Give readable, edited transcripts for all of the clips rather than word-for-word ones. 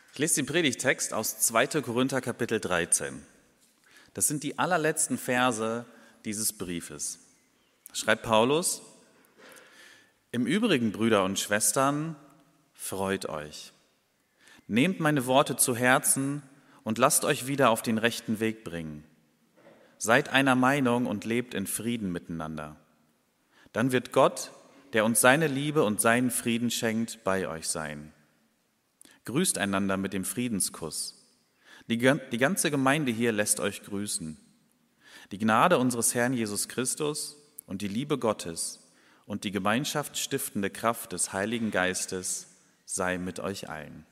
Ich lese den Predigtext aus 2. Korinther Kapitel 13. Das sind die allerletzten Verse dieses Briefes. Da schreibt Paulus: Im Übrigen, Brüder und Schwestern, freut euch. Nehmt meine Worte zu Herzen und lasst euch wieder auf den rechten Weg bringen. Seid einer Meinung und lebt in Frieden miteinander. Dann wird Gott, der uns seine Liebe und seinen Frieden schenkt, bei euch sein. Grüßt einander mit dem Friedenskuss. Die ganze Gemeinde hier lässt euch grüßen. Die Gnade unseres Herrn Jesus Christus und die Liebe Gottes und die gemeinschaftsstiftende Kraft des Heiligen Geistes sei mit euch allen.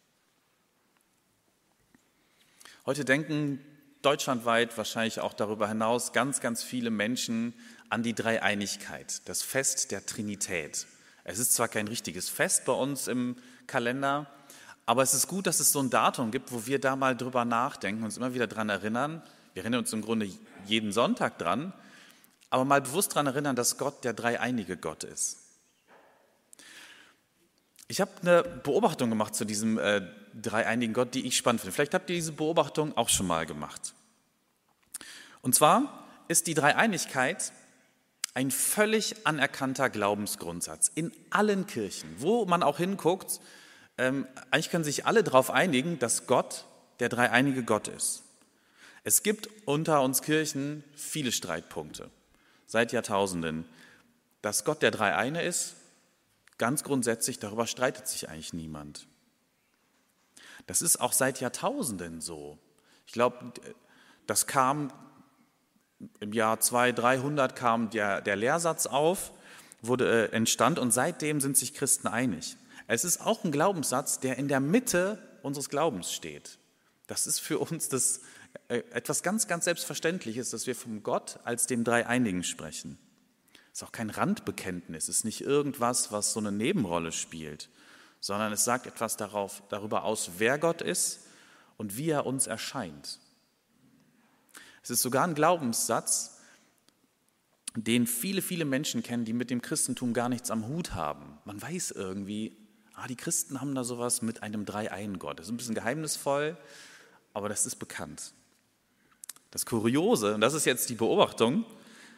Heute denken deutschlandweit, wahrscheinlich auch darüber hinaus, ganz, ganz viele Menschen an die Dreieinigkeit, das Fest der Trinität. Es ist zwar kein richtiges Fest bei uns im Kalender, aber es ist gut, dass es so ein Datum gibt, wo wir da mal drüber nachdenken, uns immer wieder dran erinnern. Wir erinnern uns im Grunde jeden Sonntag dran, aber mal bewusst daran erinnern, dass Gott der dreieinige Gott ist. Ich habe eine Beobachtung gemacht zu diesem dreieinigen Gott, die ich spannend finde. Vielleicht habt ihr diese Beobachtung auch schon mal gemacht. Und zwar ist die Dreieinigkeit ein völlig anerkannter Glaubensgrundsatz in allen Kirchen, wo man auch hinguckt. Eigentlich können sich alle darauf einigen, dass Gott der dreieinige Gott ist. Es gibt unter uns Kirchen viele Streitpunkte seit Jahrtausenden. Dass Gott der Dreieine ist, ganz grundsätzlich, darüber streitet sich eigentlich niemand. Das ist auch seit Jahrtausenden so. Ich glaube, das kam im Jahr 200, 300 kam der Lehrsatz auf, entstand und seitdem sind sich Christen einig. Es ist auch ein Glaubenssatz, der in der Mitte unseres Glaubens steht. Das ist für uns etwas ganz, ganz Selbstverständliches, dass wir vom Gott als dem Dreieinigen sprechen. Es ist auch kein Randbekenntnis, es ist nicht irgendwas, was so eine Nebenrolle spielt, sondern es sagt etwas darüber aus, wer Gott ist und wie er uns erscheint. Es ist sogar ein Glaubenssatz, den viele, viele Menschen kennen, die mit dem Christentum gar nichts am Hut haben. Man weiß irgendwie, die Christen haben da sowas mit einem Dreieingott. Das ist ein bisschen geheimnisvoll, aber das ist bekannt. Das Kuriose, und das ist jetzt die Beobachtung,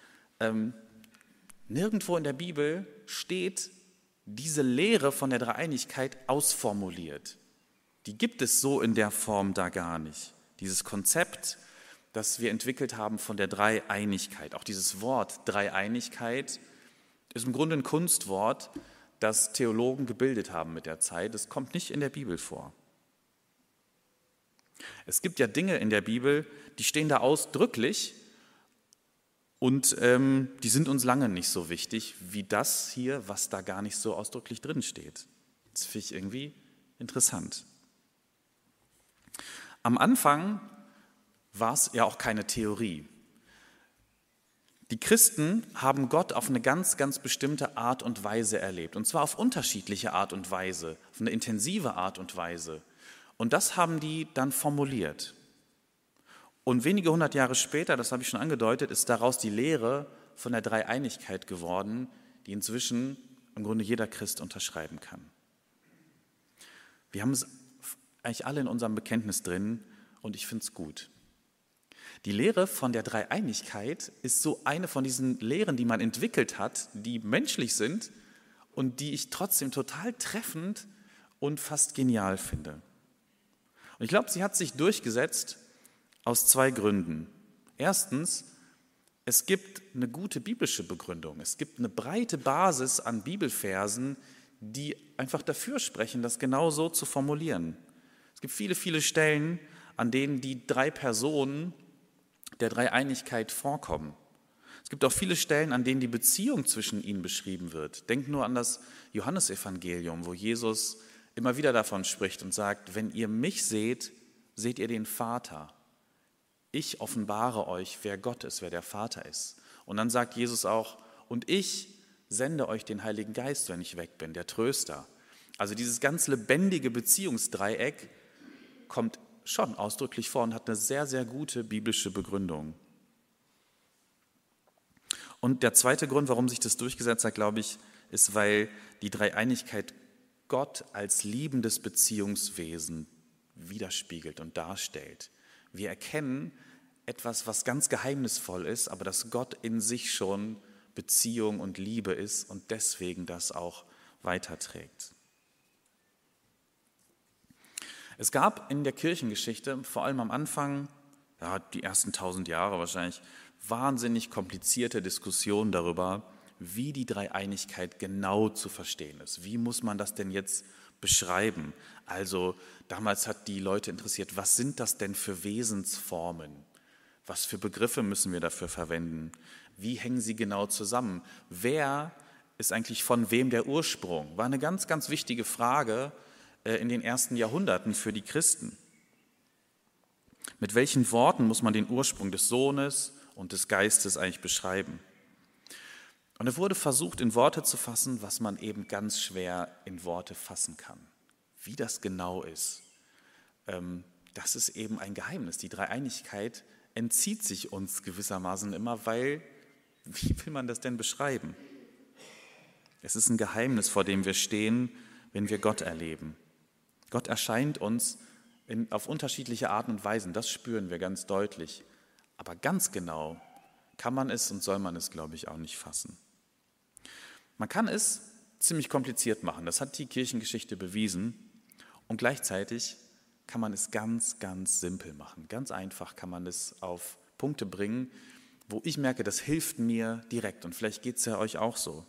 nirgendwo in der Bibel steht diese Lehre von der Dreieinigkeit ausformuliert. Die gibt es so in der Form da gar nicht. Dieses Konzept, das wir entwickelt haben von der Dreieinigkeit. Auch dieses Wort Dreieinigkeit ist im Grunde ein Kunstwort, das Theologen gebildet haben mit der Zeit. Es kommt nicht in der Bibel vor. Es gibt ja Dinge in der Bibel, die stehen da ausdrücklich und die sind uns lange nicht so wichtig wie das hier, was da gar nicht so ausdrücklich drin steht. Das finde ich irgendwie interessant. Am Anfang war es ja auch keine Theorie. Die Christen haben Gott auf eine ganz, ganz bestimmte Art und Weise erlebt. Und zwar auf unterschiedliche Art und Weise, auf eine intensive Art und Weise. Und das haben die dann formuliert. Und wenige hundert Jahre später, das habe ich schon angedeutet, ist daraus die Lehre von der Dreieinigkeit geworden, die inzwischen im Grunde jeder Christ unterschreiben kann. Wir haben es eigentlich alle in unserem Bekenntnis drin und ich finde es gut. Die Lehre von der Dreieinigkeit ist so eine von diesen Lehren, die man entwickelt hat, die menschlich sind und die ich trotzdem total treffend und fast genial finde. Und ich glaube, sie hat sich durchgesetzt aus zwei Gründen. Erstens, es gibt eine gute biblische Begründung. Es gibt eine breite Basis an Bibelversen, die einfach dafür sprechen, das genau so zu formulieren. Es gibt viele, viele Stellen, an denen die drei Personen der Dreieinigkeit vorkommen. Es gibt auch viele Stellen, an denen die Beziehung zwischen ihnen beschrieben wird. Denkt nur an das Johannesevangelium, wo Jesus immer wieder davon spricht und sagt, wenn ihr mich seht, seht ihr den Vater. Ich offenbare euch, wer Gott ist, wer der Vater ist. Und dann sagt Jesus auch, und ich sende euch den Heiligen Geist, wenn ich weg bin, der Tröster. Also dieses ganz lebendige Beziehungsdreieck kommt schon ausdrücklich vor und hat eine sehr, sehr gute biblische Begründung. Und der zweite Grund, warum sich das durchgesetzt hat, glaube ich, ist, weil die Dreieinigkeit Gott als liebendes Beziehungswesen widerspiegelt und darstellt. Wir erkennen etwas, was ganz geheimnisvoll ist, aber dass Gott in sich schon Beziehung und Liebe ist und deswegen das auch weiterträgt. Es gab in der Kirchengeschichte, vor allem am Anfang, ja, die ersten 1000 Jahre wahrscheinlich, wahnsinnig komplizierte Diskussionen darüber, wie die Dreieinigkeit genau zu verstehen ist. Wie muss man das denn jetzt beschreiben? Also damals hat die Leute interessiert, was sind das denn für Wesensformen? Was für Begriffe müssen wir dafür verwenden? Wie hängen sie genau zusammen? Wer ist eigentlich von wem der Ursprung? War eine ganz, ganz wichtige Frage in den ersten Jahrhunderten für die Christen. Mit welchen Worten muss man den Ursprung des Sohnes und des Geistes eigentlich beschreiben? Und es wurde versucht, in Worte zu fassen, was man eben ganz schwer in Worte fassen kann. Wie das genau ist, das ist eben ein Geheimnis. Die Dreieinigkeit entzieht sich uns gewissermaßen immer, weil, wie will man das denn beschreiben? Es ist ein Geheimnis, vor dem wir stehen, wenn wir Gott erleben. Gott erscheint uns auf unterschiedliche Arten und Weisen, das spüren wir ganz deutlich. Aber ganz genau kann man es und soll man es, glaube ich, auch nicht fassen. Man kann es ziemlich kompliziert machen, das hat die Kirchengeschichte bewiesen. Und gleichzeitig kann man es ganz, ganz simpel machen. Ganz einfach kann man es auf Punkte bringen, wo ich merke, das hilft mir direkt. Und vielleicht geht es ja euch auch so.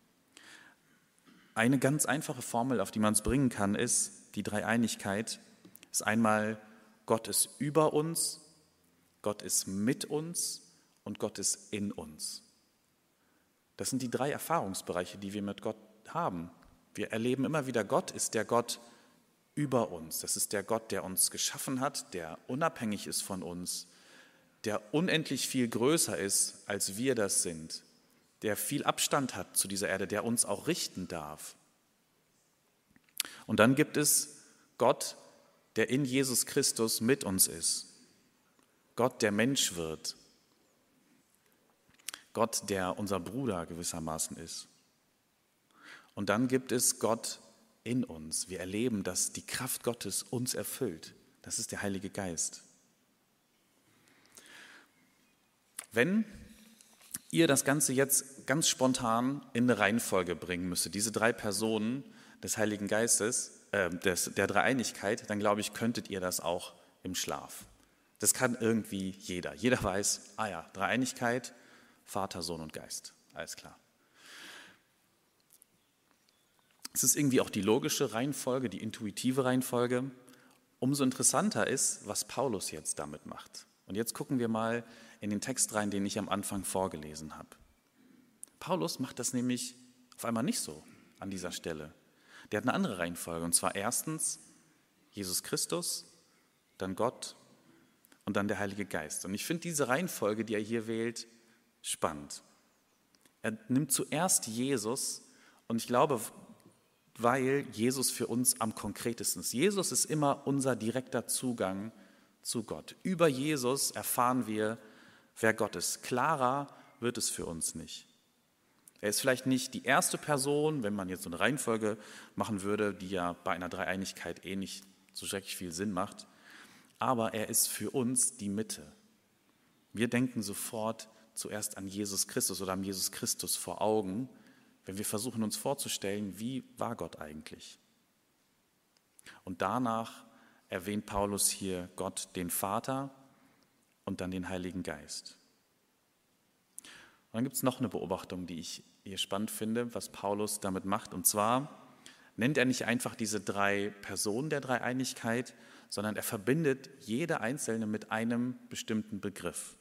Eine ganz einfache Formel, auf die man es bringen kann, ist, die Dreieinigkeit ist einmal, Gott ist über uns, Gott ist mit uns und Gott ist in uns. Das sind die 3 Erfahrungsbereiche, die wir mit Gott haben. Wir erleben immer wieder, Gott ist der Gott über uns. Das ist der Gott, der uns geschaffen hat, der unabhängig ist von uns, der unendlich viel größer ist, als wir das sind, der viel Abstand hat zu dieser Erde, der uns auch richten darf. Und dann gibt es Gott, der in Jesus Christus mit uns ist. Gott, der Mensch wird. Gott, der unser Bruder gewissermaßen ist. Und dann gibt es Gott in uns. Wir erleben, dass die Kraft Gottes uns erfüllt. Das ist der Heilige Geist. Wenn ihr das Ganze jetzt ganz spontan in eine Reihenfolge bringen müsstet, diese 3 Personen des Heiligen Geistes, der Dreieinigkeit, dann glaube ich, könntet ihr das auch im Schlaf. Das kann irgendwie jeder. Jeder weiß, Dreieinigkeit, Vater, Sohn und Geist. Alles klar. Es ist irgendwie auch die logische Reihenfolge, die intuitive Reihenfolge. Umso interessanter ist, was Paulus jetzt damit macht. Und jetzt gucken wir mal in den Text rein, den ich am Anfang vorgelesen habe. Paulus macht das nämlich auf einmal nicht so an dieser Stelle. Der hat eine andere Reihenfolge, und zwar erstens Jesus Christus, dann Gott und dann der Heilige Geist. Und ich finde diese Reihenfolge, die er hier wählt, spannend. Er nimmt zuerst Jesus und ich glaube, weil Jesus für uns am konkretesten ist. Jesus ist immer unser direkter Zugang zu Gott. Über Jesus erfahren wir, wer Gott ist. Klarer wird es für uns nicht. Er ist vielleicht nicht die erste Person, wenn man jetzt so eine Reihenfolge machen würde, die ja bei einer Dreieinigkeit nicht so schrecklich viel Sinn macht, aber er ist für uns die Mitte. Wir denken sofort zuerst an Jesus Christus oder an Jesus Christus vor Augen, wenn wir versuchen uns vorzustellen, wie war Gott eigentlich? Und danach erwähnt Paulus hier Gott, den Vater und dann den Heiligen Geist. Und dann gibt es noch eine Beobachtung, die ich hier spannend finde, was Paulus damit macht. Und zwar nennt er nicht einfach diese 3 Personen der Dreieinigkeit, sondern er verbindet jede einzelne mit einem bestimmten Begriff.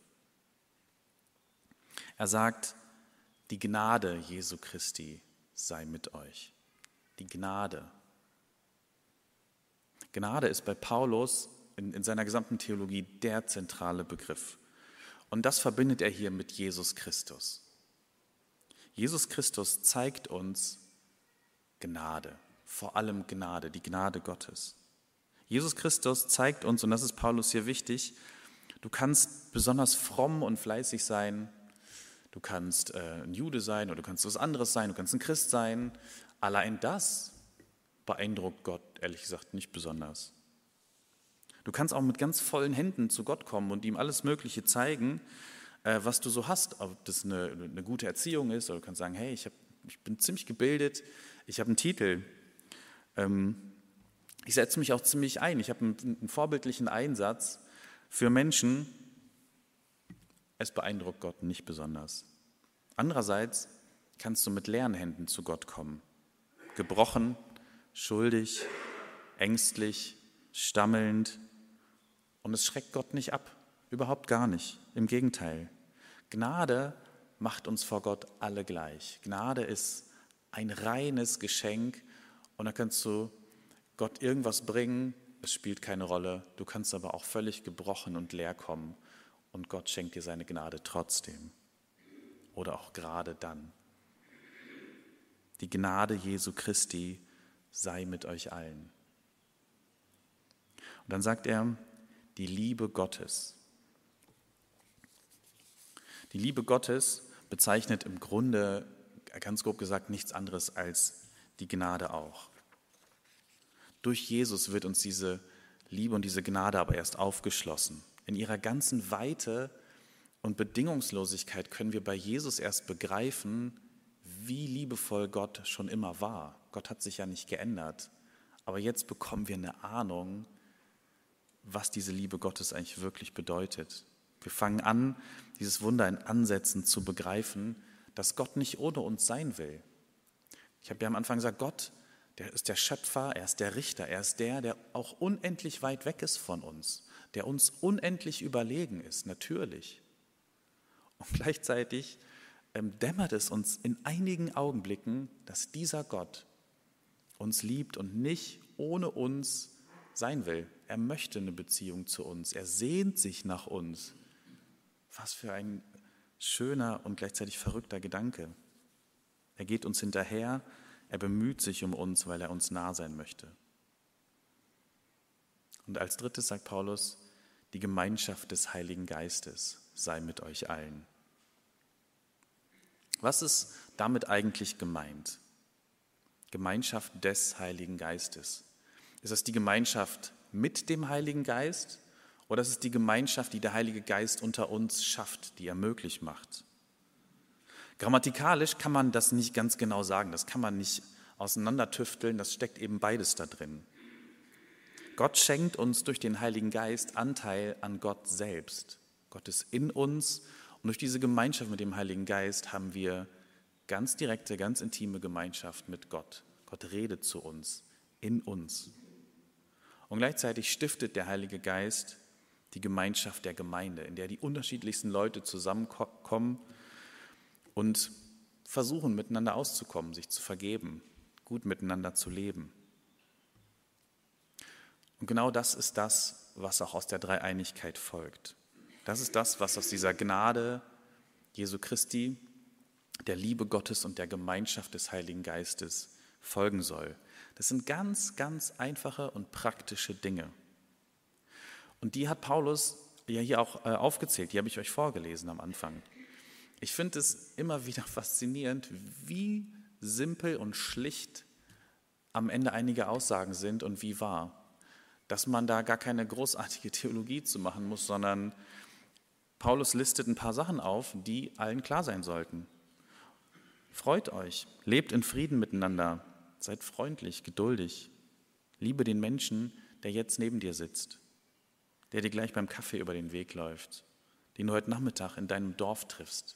Er sagt, die Gnade Jesu Christi sei mit euch. Die Gnade. Gnade ist bei Paulus in seiner gesamten Theologie der zentrale Begriff. Und das verbindet er hier mit Jesus Christus. Jesus Christus zeigt uns Gnade, vor allem Gnade, die Gnade Gottes. Jesus Christus zeigt uns, und das ist Paulus hier wichtig, du kannst besonders fromm und fleißig sein, du kannst ein Jude sein oder du kannst was anderes sein, du kannst ein Christ sein. Allein das beeindruckt Gott, ehrlich gesagt, nicht besonders. Du kannst auch mit ganz vollen Händen zu Gott kommen und ihm alles Mögliche zeigen, was du so hast. Ob das eine gute Erziehung ist, oder du kannst sagen, hey, ich bin ziemlich gebildet, ich habe einen Titel. Ich setze mich auch ziemlich ein. Ich habe einen vorbildlichen Einsatz für Menschen. Es beeindruckt Gott nicht besonders. Andererseits kannst du mit leeren Händen zu Gott kommen. Gebrochen, schuldig, ängstlich, stammelnd. Und es schreckt Gott nicht ab. Überhaupt gar nicht. Im Gegenteil. Gnade macht uns vor Gott alle gleich. Gnade ist ein reines Geschenk. Und da kannst du Gott irgendwas bringen, es spielt keine Rolle. Du kannst aber auch völlig gebrochen und leer kommen. Und Gott schenkt dir seine Gnade trotzdem. Oder auch gerade dann. Die Gnade Jesu Christi sei mit euch allen. Und dann sagt er, die Liebe Gottes. Die Liebe Gottes bezeichnet im Grunde, ganz grob gesagt, nichts anderes als die Gnade auch. Durch Jesus wird uns diese Liebe und diese Gnade aber erst aufgeschlossen. In ihrer ganzen Weite und Bedingungslosigkeit können wir bei Jesus erst begreifen, wie liebevoll Gott schon immer war. Gott hat sich ja nicht geändert. Aber jetzt bekommen wir eine Ahnung, was diese Liebe Gottes eigentlich wirklich bedeutet. Wir fangen an, dieses Wunder in Ansätzen zu begreifen, dass Gott nicht ohne uns sein will. Ich habe ja am Anfang gesagt, Gott, der ist der Schöpfer, er ist der Richter, er ist der auch unendlich weit weg ist von uns, der uns unendlich überlegen ist, natürlich. Und gleichzeitig dämmert es uns in einigen Augenblicken, dass dieser Gott uns liebt und nicht ohne uns sein will. Er möchte eine Beziehung zu uns, er sehnt sich nach uns. Was für ein schöner und gleichzeitig verrückter Gedanke. Er geht uns hinterher, er bemüht sich um uns, weil er uns nah sein möchte. Und als drittes sagt Paulus, die Gemeinschaft des Heiligen Geistes sei mit euch allen. Was ist damit eigentlich gemeint? Gemeinschaft des Heiligen Geistes. Ist das die Gemeinschaft mit dem Heiligen Geist oder ist es die Gemeinschaft, die der Heilige Geist unter uns schafft, die er möglich macht? Grammatikalisch kann man das nicht ganz genau sagen, das kann man nicht auseinandertüfteln, das steckt eben beides da drin. Gott schenkt uns durch den Heiligen Geist Anteil an Gott selbst. Gott ist in uns und durch diese Gemeinschaft mit dem Heiligen Geist haben wir ganz direkte, ganz intime Gemeinschaft mit Gott. Gott redet zu uns, in uns. Und gleichzeitig stiftet der Heilige Geist die Gemeinschaft der Gemeinde, in der die unterschiedlichsten Leute zusammenkommen und versuchen, miteinander auszukommen, sich zu vergeben, gut miteinander zu leben. Und genau das ist das, was auch aus der Dreieinigkeit folgt. Das ist das, was aus dieser Gnade Jesu Christi, der Liebe Gottes und der Gemeinschaft des Heiligen Geistes folgen soll. Das sind ganz, ganz einfache und praktische Dinge. Und die hat Paulus ja hier auch aufgezählt, die habe ich euch vorgelesen am Anfang. Ich finde es immer wieder faszinierend, wie simpel und schlicht am Ende einige Aussagen sind und wie wahr. Dass man da gar keine großartige Theologie zu machen muss, sondern Paulus listet ein paar Sachen auf, die allen klar sein sollten. Freut euch, lebt in Frieden miteinander, seid freundlich, geduldig, liebe den Menschen, der jetzt neben dir sitzt, der dir gleich beim Kaffee über den Weg läuft, den du heute Nachmittag in deinem Dorf triffst.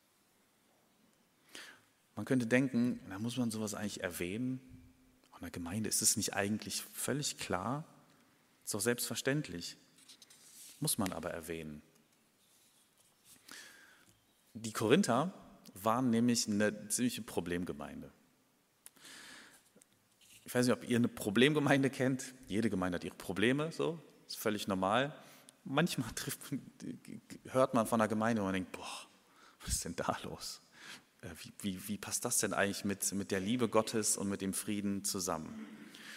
Man könnte denken, da muss man sowas eigentlich erwähnen. In der Gemeinde ist es nicht eigentlich völlig klar? Ist doch selbstverständlich. Muss man aber erwähnen. Die Korinther waren nämlich eine ziemliche Problemgemeinde. Ich weiß nicht, ob ihr eine Problemgemeinde kennt. Jede Gemeinde hat ihre Probleme, so, ist völlig normal. Manchmal hört man von einer Gemeinde und man denkt, boah, was ist denn da los? Wie passt das denn eigentlich mit der Liebe Gottes und mit dem Frieden zusammen?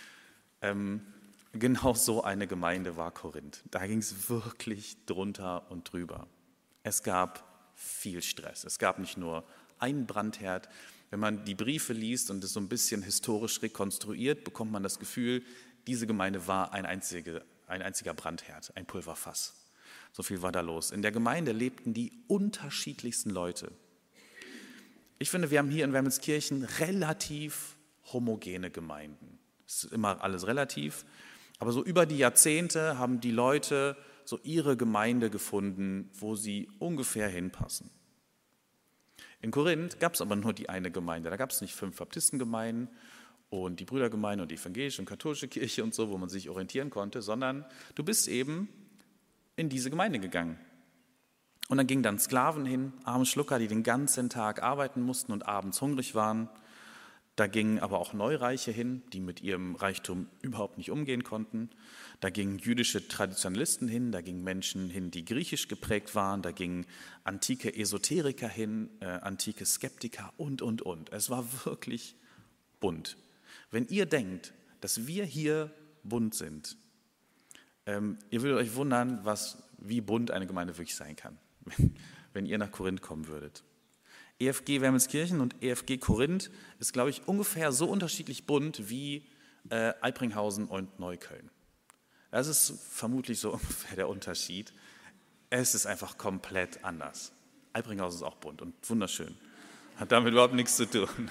Genau so eine Gemeinde war Korinth. Da ging es wirklich drunter und drüber. Es gab viel Stress. Es gab nicht nur einen Brandherd. Wenn man die Briefe liest und es so ein bisschen historisch rekonstruiert, bekommt man das Gefühl, diese Gemeinde war ein ein einziger Brandherd, ein Pulverfass. So viel war da los. In der Gemeinde lebten die unterschiedlichsten Leute. Ich finde, wir haben hier in Wermelskirchen relativ homogene Gemeinden. Es ist immer alles relativ, aber so über die Jahrzehnte haben die Leute so ihre Gemeinde gefunden, wo sie ungefähr hinpassen. In Korinth gab es aber nur die eine Gemeinde. Da gab es nicht 5 Baptistengemeinden und die Brüdergemeinde und die evangelische und katholische Kirche und so, wo man sich orientieren konnte, sondern du bist eben in diese Gemeinde gegangen. Und dann gingen dann Sklaven hin, arme Schlucker, die den ganzen Tag arbeiten mussten und abends hungrig waren. Da gingen aber auch Neureiche hin, die mit ihrem Reichtum überhaupt nicht umgehen konnten. Da gingen jüdische Traditionalisten hin, da gingen Menschen hin, die griechisch geprägt waren, da gingen antike Esoteriker hin, antike Skeptiker und. Es war wirklich bunt. Wenn ihr denkt, dass wir hier bunt sind, ihr würdet euch wundern, wie bunt eine Gemeinde wirklich sein kann, wenn ihr nach Korinth kommen würdet. EFG Wermelskirchen und EFG Korinth ist, glaube ich, ungefähr so unterschiedlich bunt wie Alpringhausen und Neukölln. Das ist vermutlich so ungefähr der Unterschied. Es ist einfach komplett anders. Alpringhausen ist auch bunt und wunderschön. Hat damit überhaupt nichts zu tun.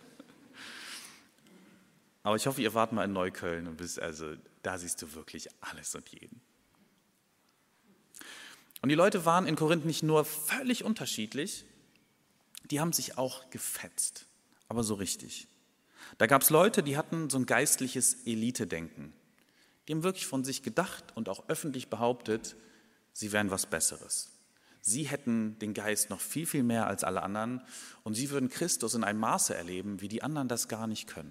Aber ich hoffe, ihr wart mal in Neukölln und da siehst du wirklich alles und jeden. Und die Leute waren in Korinth nicht nur völlig unterschiedlich, die haben sich auch gefetzt, aber so richtig. Da gab es Leute, die hatten so ein geistliches Elite-Denken. Die haben wirklich von sich gedacht und auch öffentlich behauptet, sie wären was Besseres. Sie hätten den Geist noch viel, viel mehr als alle anderen und sie würden Christus in einem Maße erleben, wie die anderen das gar nicht können.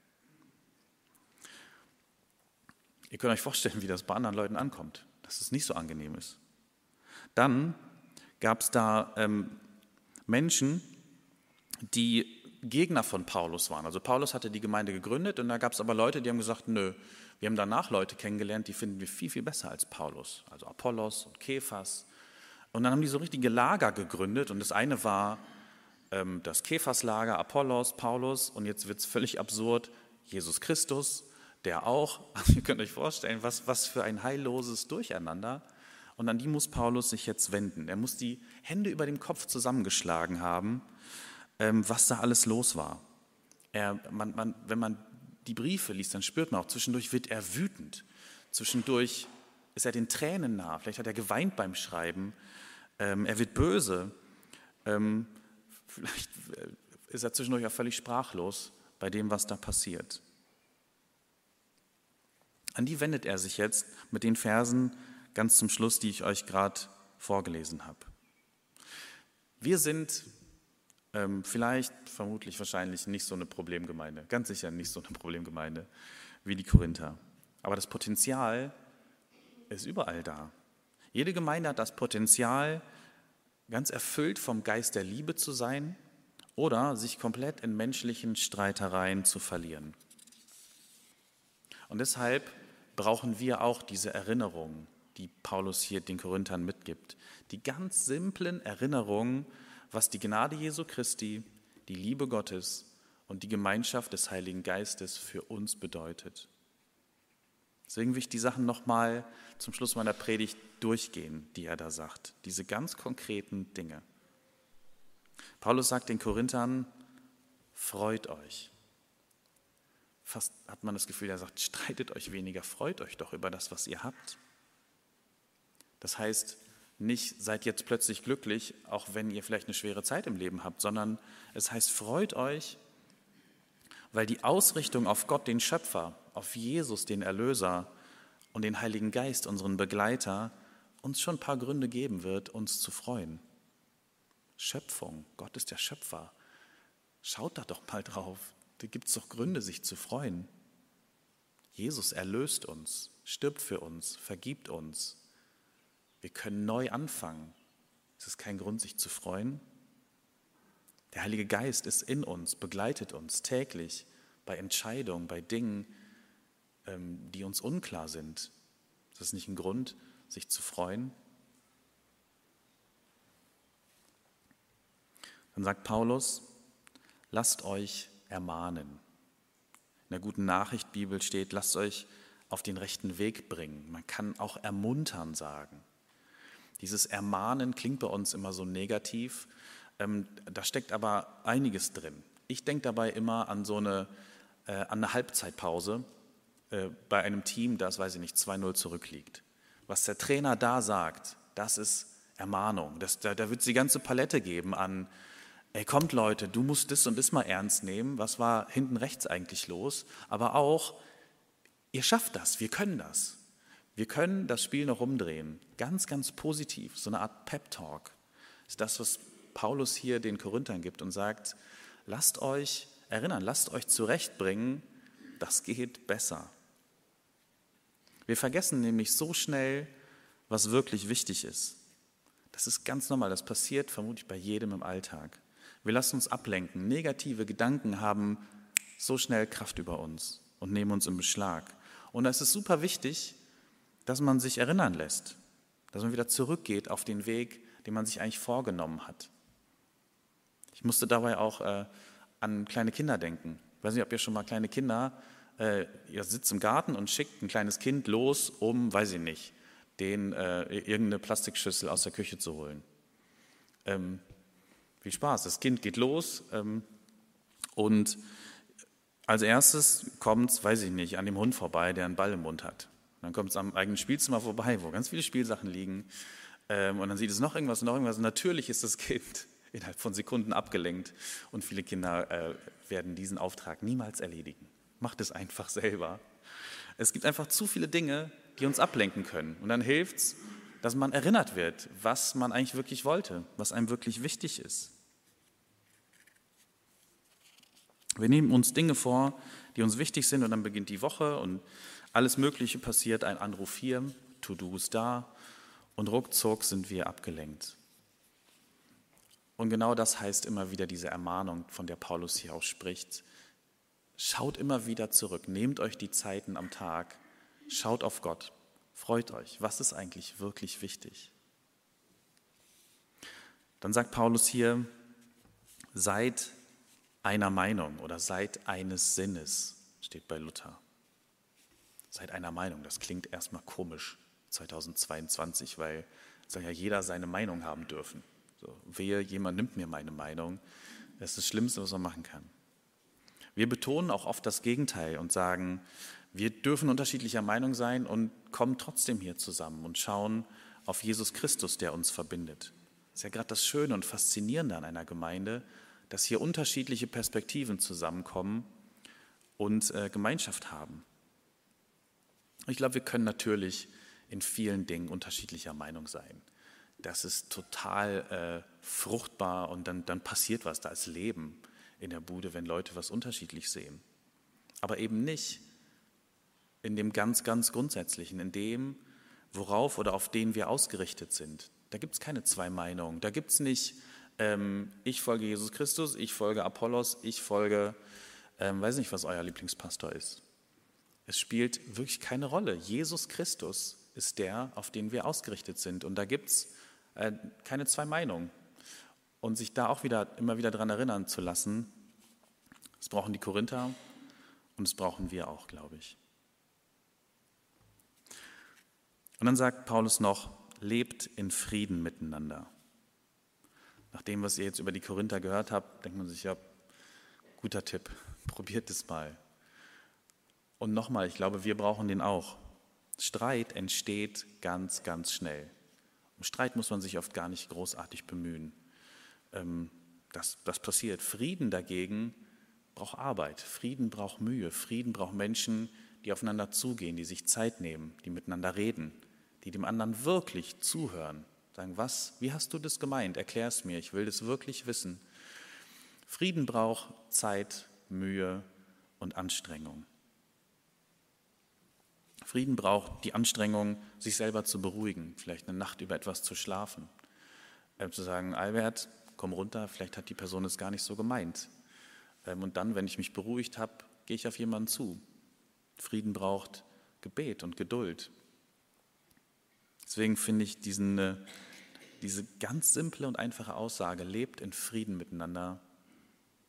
Ihr könnt euch vorstellen, wie das bei anderen Leuten ankommt, dass es nicht so angenehm ist. Dann gab es da Menschen, die Gegner von Paulus waren. Also Paulus hatte die Gemeinde gegründet und da gab es aber Leute, die haben gesagt, nö, wir haben danach Leute kennengelernt, die finden wir viel, viel besser als Paulus. Also Apollos und Kephas. Und dann haben die so richtige Lager gegründet und das eine war das Kephas-Lager, Apollos, Paulus und jetzt wird es völlig absurd, Jesus Christus, der auch, also ihr könnt euch vorstellen, was für ein heilloses Durcheinander. Und an die muss Paulus sich jetzt wenden. Er muss die Hände über dem Kopf zusammengeschlagen haben, was da alles los war. Wenn man die Briefe liest, dann spürt man auch, zwischendurch wird er wütend. Zwischendurch ist er den Tränen nah. Vielleicht hat er geweint beim Schreiben. Er wird böse. Vielleicht ist er zwischendurch auch völlig sprachlos bei dem, was da passiert. An die wendet er sich jetzt mit den Versen ganz zum Schluss, die ich euch gerade vorgelesen habe. Wir sind vermutlich, wahrscheinlich nicht so eine Problemgemeinde, ganz sicher nicht so eine Problemgemeinde wie die Korinther. Aber das Potenzial ist überall da. Jede Gemeinde hat das Potenzial, ganz erfüllt vom Geist der Liebe zu sein oder sich komplett in menschlichen Streitereien zu verlieren. Und deshalb brauchen wir auch diese Erinnerungen, die Paulus hier den Korinthern mitgibt. Die ganz simplen Erinnerungen, was die Gnade Jesu Christi, die Liebe Gottes und die Gemeinschaft des Heiligen Geistes für uns bedeutet. Deswegen will ich die Sachen nochmal zum Schluss meiner Predigt durchgehen, die er da sagt. Diese ganz konkreten Dinge. Paulus sagt den Korinthern, freut euch. Fast hat man das Gefühl, er sagt, streitet euch weniger, freut euch doch über das, was ihr habt. Das heißt, nicht seid jetzt plötzlich glücklich, auch wenn ihr vielleicht eine schwere Zeit im Leben habt, sondern es heißt, freut euch, weil die Ausrichtung auf Gott, den Schöpfer, auf Jesus, den Erlöser und den Heiligen Geist, unseren Begleiter, uns schon ein paar Gründe geben wird, uns zu freuen. Schöpfung, Gott ist der Schöpfer. Schaut da doch mal drauf. Da gibt es doch Gründe, sich zu freuen. Jesus erlöst uns, stirbt für uns, vergibt uns. Wir können neu anfangen. Ist es kein Grund, sich zu freuen? Der Heilige Geist ist in uns, begleitet uns täglich bei Entscheidungen, bei Dingen, die uns unklar sind. Ist das nicht ein Grund, sich zu freuen? Dann sagt Paulus, lasst euch ermahnen. In der Guten Nachricht Bibel steht, lasst euch auf den rechten Weg bringen. Man kann auch ermuntern sagen. Dieses Ermahnen klingt bei uns immer so negativ. Da steckt aber einiges drin. Ich denke dabei immer an an eine Halbzeitpause bei einem Team, das, weiß ich nicht, 2-0 zurückliegt. Was der Trainer da sagt, das ist Ermahnung. Da wird es die ganze Palette geben an, ey, kommt Leute, du musst das und das mal ernst nehmen. Was war hinten rechts eigentlich los? Aber auch, ihr schafft das, wir können das. Wir können das Spiel noch umdrehen. Ganz, ganz positiv, so eine Art Pep-Talk. Ist das, was Paulus hier den Korinthern gibt und sagt, lasst euch erinnern, lasst euch zurechtbringen, das geht besser. Wir vergessen nämlich so schnell, was wirklich wichtig ist. Das ist ganz normal, das passiert vermutlich bei jedem im Alltag. Wir lassen uns ablenken, negative Gedanken haben so schnell Kraft über uns und nehmen uns in Beschlag. Und es ist super wichtig, dass man sich erinnern lässt, dass man wieder zurückgeht auf den Weg, den man sich eigentlich vorgenommen hat. Ich musste dabei auch an kleine Kinder denken. Ich weiß nicht, ob ihr schon mal kleine Kinder, ihr sitzt im Garten und schickt ein kleines Kind los, um, weiß ich nicht, irgendeine Plastikschüssel aus der Küche zu holen. Viel Spaß, das Kind geht los und als erstes kommt es, weiß ich nicht, an dem Hund vorbei, der einen Ball im Mund hat. Dann kommt es am eigenen Spielzimmer vorbei, wo ganz viele Spielsachen liegen. Und dann sieht es noch irgendwas. Und natürlich ist das Kind innerhalb von Sekunden abgelenkt. Und viele Kinder werden diesen Auftrag niemals erledigen. Macht es einfach selber. Es gibt einfach zu viele Dinge, die uns ablenken können. Und dann hilft es, dass man erinnert wird, was man eigentlich wirklich wollte, was einem wirklich wichtig ist. Wir nehmen uns Dinge vor, die uns wichtig sind, und dann beginnt die Woche und alles Mögliche passiert, ein Anruf hier, To-Dos da, und ruckzuck sind wir abgelenkt. Und genau das heißt immer wieder diese Ermahnung, von der Paulus hier auch spricht. Schaut immer wieder zurück, nehmt euch die Zeiten am Tag, schaut auf Gott, freut euch, was ist eigentlich wirklich wichtig? Dann sagt Paulus hier, seid einer Meinung oder seid eines Sinnes, steht bei Luther. Seid einer Meinung, das klingt erstmal komisch, 2022, weil soll ja jeder seine Meinung haben dürfen. So, wehe, jemand nimmt mir meine Meinung, das ist das Schlimmste, was man machen kann. Wir betonen auch oft das Gegenteil und sagen, wir dürfen unterschiedlicher Meinung sein und kommen trotzdem hier zusammen und schauen auf Jesus Christus, der uns verbindet. Das ist ja gerade das Schöne und Faszinierende an einer Gemeinde, dass hier unterschiedliche Perspektiven zusammenkommen und Gemeinschaft haben. Ich glaube, wir können natürlich in vielen Dingen unterschiedlicher Meinung sein. Das ist total fruchtbar und dann passiert was, da ist Leben in der Bude, wenn Leute was unterschiedlich sehen. Aber eben nicht in dem ganz, ganz Grundsätzlichen, in dem, worauf oder auf den wir ausgerichtet sind. Da gibt es keine zwei Meinungen. Da gibt es nicht, ich folge Jesus Christus, ich folge Apollos, ich folge, weiß nicht, was euer Lieblingspastor ist. Es spielt wirklich keine Rolle. Jesus Christus ist der, auf den wir ausgerichtet sind. Und da gibt es keine zwei Meinungen. Und sich da auch immer wieder daran erinnern zu lassen, das brauchen die Korinther und das brauchen wir auch, glaube ich. Und dann sagt Paulus noch, lebt in Frieden miteinander. Nach dem, was ihr jetzt über die Korinther gehört habt, denkt man sich, ja, guter Tipp, probiert es mal. Und nochmal, ich glaube, wir brauchen den auch. Streit entsteht ganz, ganz schnell. Um Streit muss man sich oft gar nicht großartig bemühen. Das passiert. Frieden dagegen braucht Arbeit. Frieden braucht Mühe. Frieden braucht Menschen, die aufeinander zugehen, die sich Zeit nehmen, die miteinander reden, die dem anderen wirklich zuhören. Sagen, wie hast du das gemeint? Erklär es mir, ich will das wirklich wissen. Frieden braucht Zeit, Mühe und Anstrengung. Frieden braucht die Anstrengung, sich selber zu beruhigen, vielleicht eine Nacht über etwas zu schlafen. Zu sagen, Albert, komm runter, vielleicht hat die Person es gar nicht so gemeint. Und dann, wenn ich mich beruhigt habe, gehe ich auf jemanden zu. Frieden braucht Gebet und Geduld. Deswegen finde ich diese ganz simple und einfache Aussage, lebt in Frieden miteinander,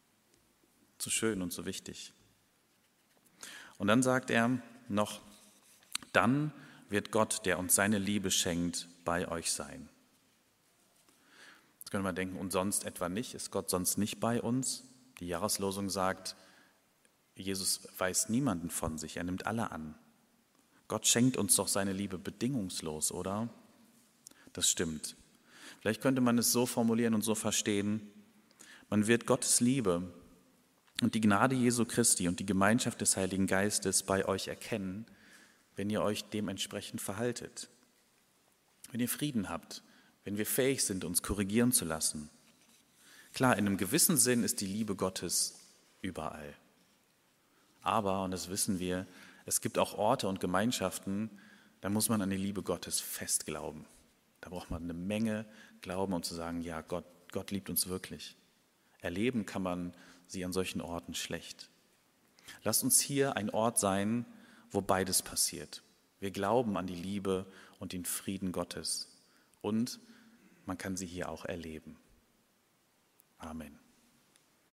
so schön und so wichtig. Und dann sagt er noch, Dann wird Gott, der uns seine Liebe schenkt, bei euch sein. Jetzt könnte man denken, und sonst etwa nicht? Ist Gott sonst nicht bei uns? Die Jahreslosung sagt, Jesus weist niemanden von sich, er nimmt alle an. Gott schenkt uns doch seine Liebe bedingungslos, oder? Das stimmt. Vielleicht könnte man es so formulieren und so verstehen, man wird Gottes Liebe und die Gnade Jesu Christi und die Gemeinschaft des Heiligen Geistes bei euch erkennen, wenn ihr euch dementsprechend verhaltet. Wenn ihr Frieden habt, wenn wir fähig sind, uns korrigieren zu lassen. Klar, in einem gewissen Sinn ist die Liebe Gottes überall. Aber, und das wissen wir, es gibt auch Orte und Gemeinschaften, da muss man an die Liebe Gottes fest glauben. Da braucht man eine Menge Glauben, um zu sagen, ja, Gott liebt uns wirklich. Erleben kann man sie an solchen Orten schlecht. Lasst uns hier ein Ort sein, wo beides passiert. Wir glauben an die Liebe und den Frieden Gottes und man kann sie hier auch erleben. Amen.